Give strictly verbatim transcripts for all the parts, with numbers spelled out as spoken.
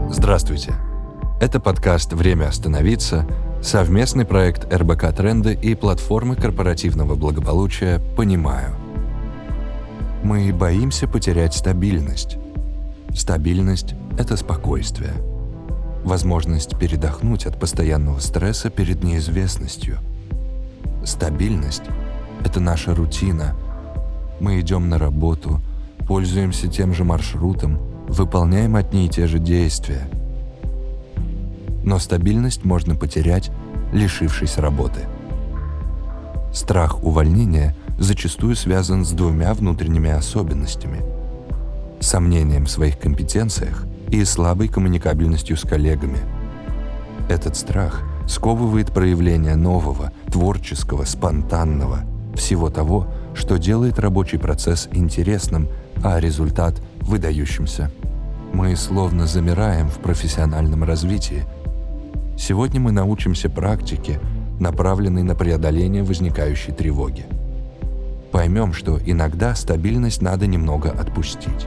Здравствуйте! Это подкаст «Время остановиться», совместный проект эр бэ ка Тренды и платформы корпоративного благополучия «Понимаю». Мы боимся потерять стабильность. Стабильность – это спокойствие. Возможность передохнуть от постоянного стресса перед неизвестностью. Стабильность – это наша рутина. Мы идем на работу, пользуемся тем же маршрутом, выполняем одни и те же действия. Но стабильность можно потерять, лишившись работы. Страх увольнения зачастую связан с двумя внутренними особенностями – сомнением в своих компетенциях и слабой коммуникабельностью с коллегами. Этот страх сковывает проявление нового, творческого, спонтанного, всего того, что делает рабочий процесс интересным, а результат – выдающимся. Мы словно замираем в профессиональном развитии. Сегодня мы научимся практике, направленной на преодоление возникающей тревоги. Поймем, что иногда стабильность надо немного отпустить.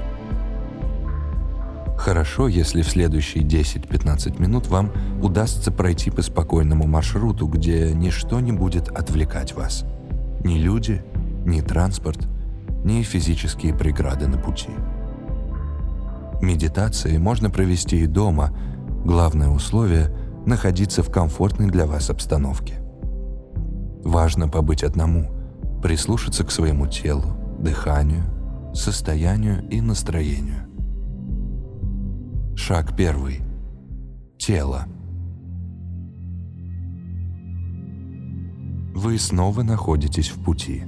Хорошо, если в следующие десять-пятнадцать минут вам удастся пройти по спокойному маршруту, где ничто не будет отвлекать вас. Ни люди, ни транспорт, ни физические преграды на пути. Медитации можно провести и дома. Главное условие – находиться в комфортной для вас обстановке. Важно побыть одному, прислушаться к своему телу, дыханию, состоянию и настроению. Шаг первый. Тело. Вы снова находитесь в пути.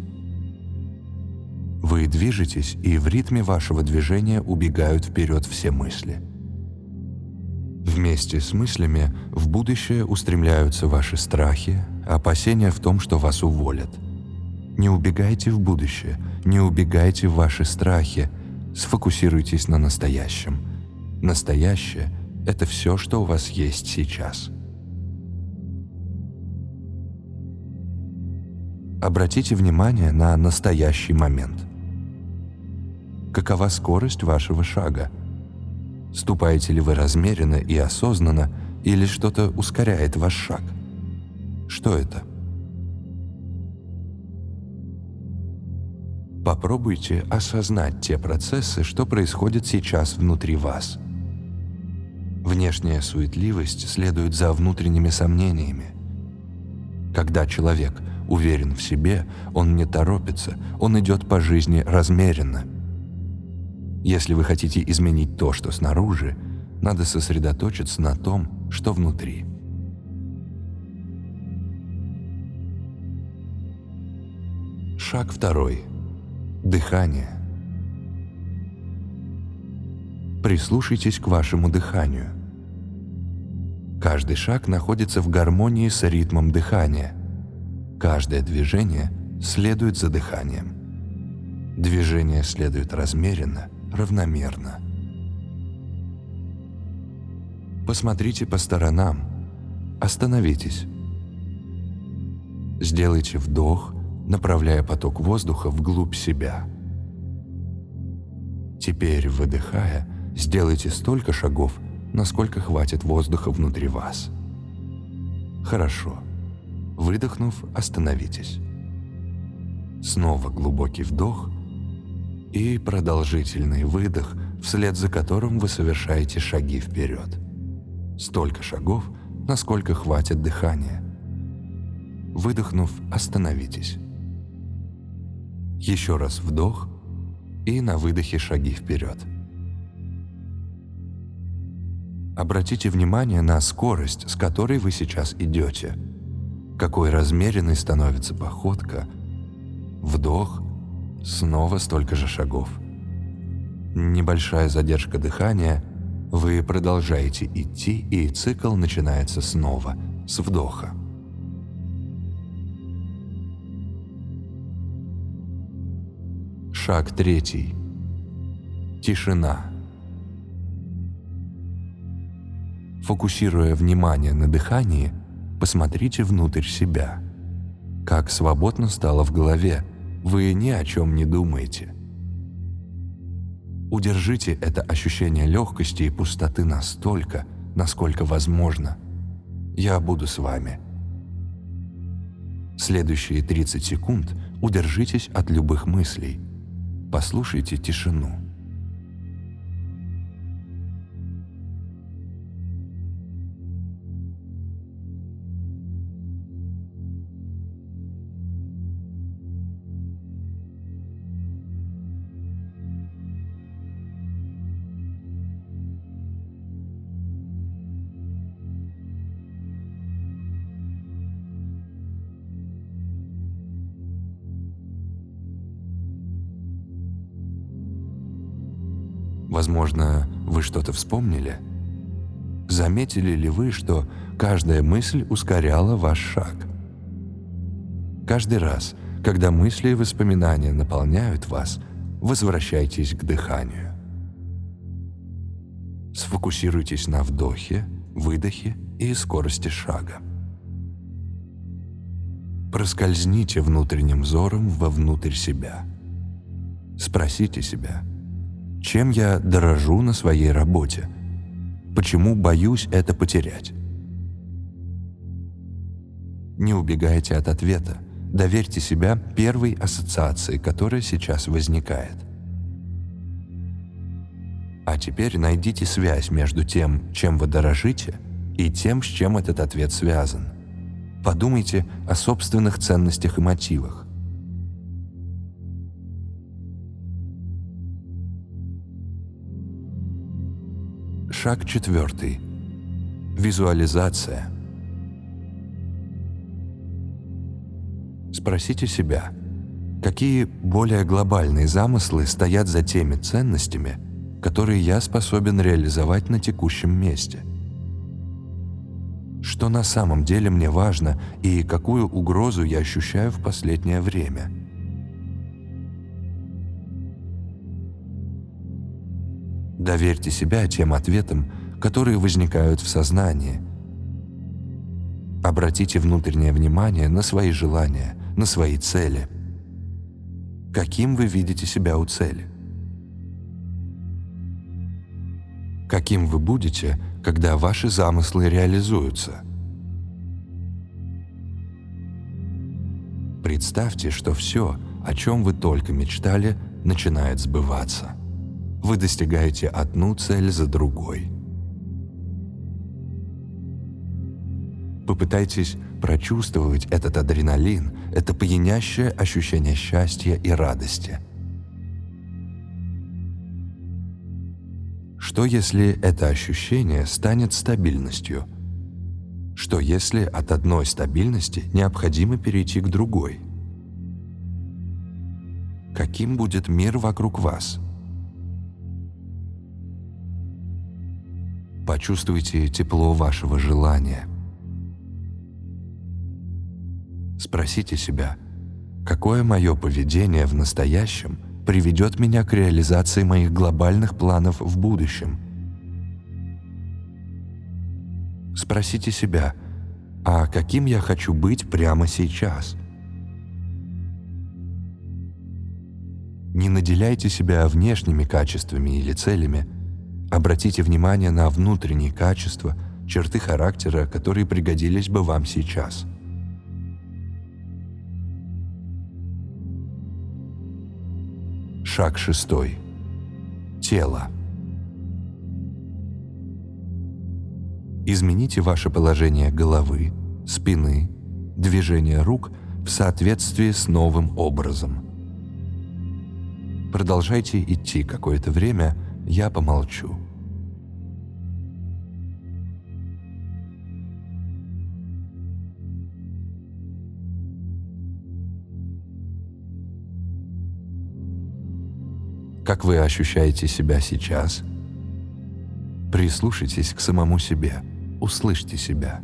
Вы движетесь, и в ритме вашего движения убегают вперед все мысли. Вместе с мыслями в будущее устремляются ваши страхи, опасения в том, что вас уволят. Не убегайте в будущее, не убегайте в ваши страхи, сфокусируйтесь на настоящем. Настоящее – это все, что у вас есть сейчас. Обратите внимание на настоящий момент. Какова скорость вашего шага? Ступаете ли вы размеренно и осознанно, или что-то ускоряет ваш шаг? Что это? Попробуйте осознать те процессы, что происходят сейчас внутри вас. Внешняя суетливость следует за внутренними сомнениями. Когда человек уверен в себе, он не торопится, он идет по жизни размеренно. Если вы хотите изменить то, что снаружи, надо сосредоточиться на том, что внутри. Шаг второй. Дыхание. Прислушайтесь к вашему дыханию. Каждый шаг находится в гармонии с ритмом дыхания. Каждое движение следует за дыханием. Движение следует размеренно, равномерно. Посмотрите по сторонам. Остановитесь. Сделайте вдох, направляя поток воздуха вглубь себя. Теперь, выдыхая, сделайте столько шагов, насколько хватит воздуха внутри вас. Хорошо. Выдохнув, остановитесь. Снова глубокий вдох и продолжительный выдох, вслед за которым вы совершаете шаги вперед. Столько шагов, насколько хватит дыхания. Выдохнув, остановитесь. Еще раз вдох и на выдохе шаги вперед. Обратите внимание на скорость, с которой вы сейчас идете. Какой размеренной становится походка. Вдох, снова столько же шагов. Небольшая задержка дыхания, вы продолжаете идти, и цикл начинается снова, с вдоха. Шаг третий. Тишина. Фокусируя внимание на дыхании, посмотрите внутрь себя. Как свободно стало в голове, вы ни о чем не думаете. Удержите это ощущение легкости и пустоты настолько, насколько возможно. Я буду с вами. Следующие тридцать секунд удержитесь от любых мыслей. Послушайте тишину. Возможно, вы что-то вспомнили? Заметили ли вы, что каждая мысль ускоряла ваш шаг? Каждый раз, когда мысли и воспоминания наполняют вас, возвращайтесь к дыханию. Сфокусируйтесь на вдохе, выдохе и скорости шага. Проскользните внутренним взором вовнутрь себя. Спросите себя: чем я дорожу на своей работе? Почему боюсь это потерять? Не убегайте от ответа. Доверьте себя первой ассоциации, которая сейчас возникает. А теперь найдите связь между тем, чем вы дорожите, и тем, с чем этот ответ связан. Подумайте о собственных ценностях и мотивах. Шаг четвертый. Визуализация. Спросите себя, какие более глобальные замыслы стоят за теми ценностями, которые я способен реализовать на текущем месте? Что на самом деле мне важно и какую угрозу я ощущаю в последнее время? Доверьте себя тем ответам, которые возникают в сознании. Обратите внутреннее внимание на свои желания, на свои цели. Каким вы видите себя у цели? Каким вы будете, когда ваши замыслы реализуются? Представьте, что все, о чем вы только мечтали, начинает сбываться. Вы достигаете одну цель за другой. Попытайтесь прочувствовать этот адреналин, это пьянящее ощущение счастья и радости. Что если это ощущение станет стабильностью? Что если от одной стабильности необходимо перейти к другой? Каким будет мир вокруг вас? Почувствуйте тепло вашего желания. Спросите себя, какое мое поведение в настоящем приведет меня к реализации моих глобальных планов в будущем? Спросите себя, а каким я хочу быть прямо сейчас? Не наделяйте себя внешними качествами или целями. Обратите внимание на внутренние качества, черты характера, которые пригодились бы вам сейчас. Шаг шестой. Тело. Измените ваше положение головы, спины, движение рук в соответствии с новым образом. Продолжайте идти какое-то время, я помолчу. Как вы ощущаете себя сейчас? Прислушайтесь к самому себе, услышьте себя.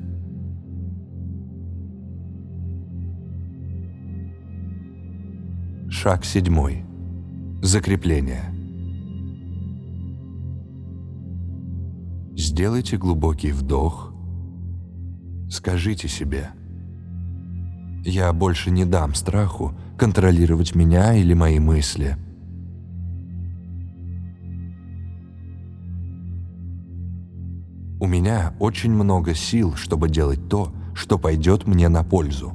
Шаг седьмой. Закрепление. Сделайте глубокий вдох. Скажите себе: «Я больше не дам страху контролировать меня или мои мысли». У меня очень много сил, чтобы делать то, что пойдет мне на пользу.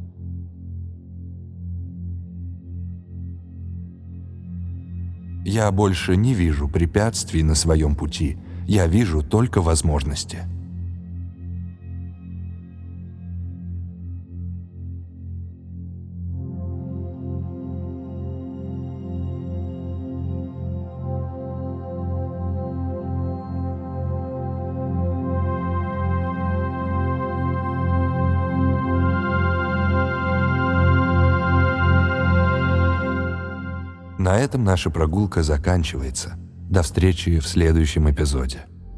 Я больше не вижу препятствий на своем пути, я вижу только возможности. На этом наша прогулка заканчивается. До встречи в следующем эпизоде.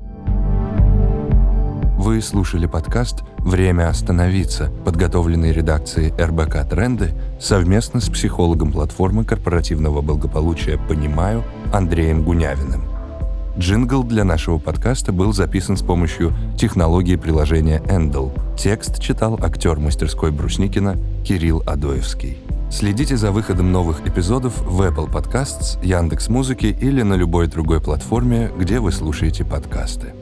Вы слушали подкаст «Время остановиться», подготовленный редакцией эр бэ ка Тренды совместно с психологом платформы корпоративного благополучия «Понимаю» Андреем Гунявиным. Джингл для нашего подкаста был записан с помощью технологии приложения Endel. Текст читал актер мастерской Брусникина Кирилл Адоевский. Следите за выходом новых эпизодов в Apple Podcasts, Яндекс.Музыке или на любой другой платформе, где вы слушаете подкасты.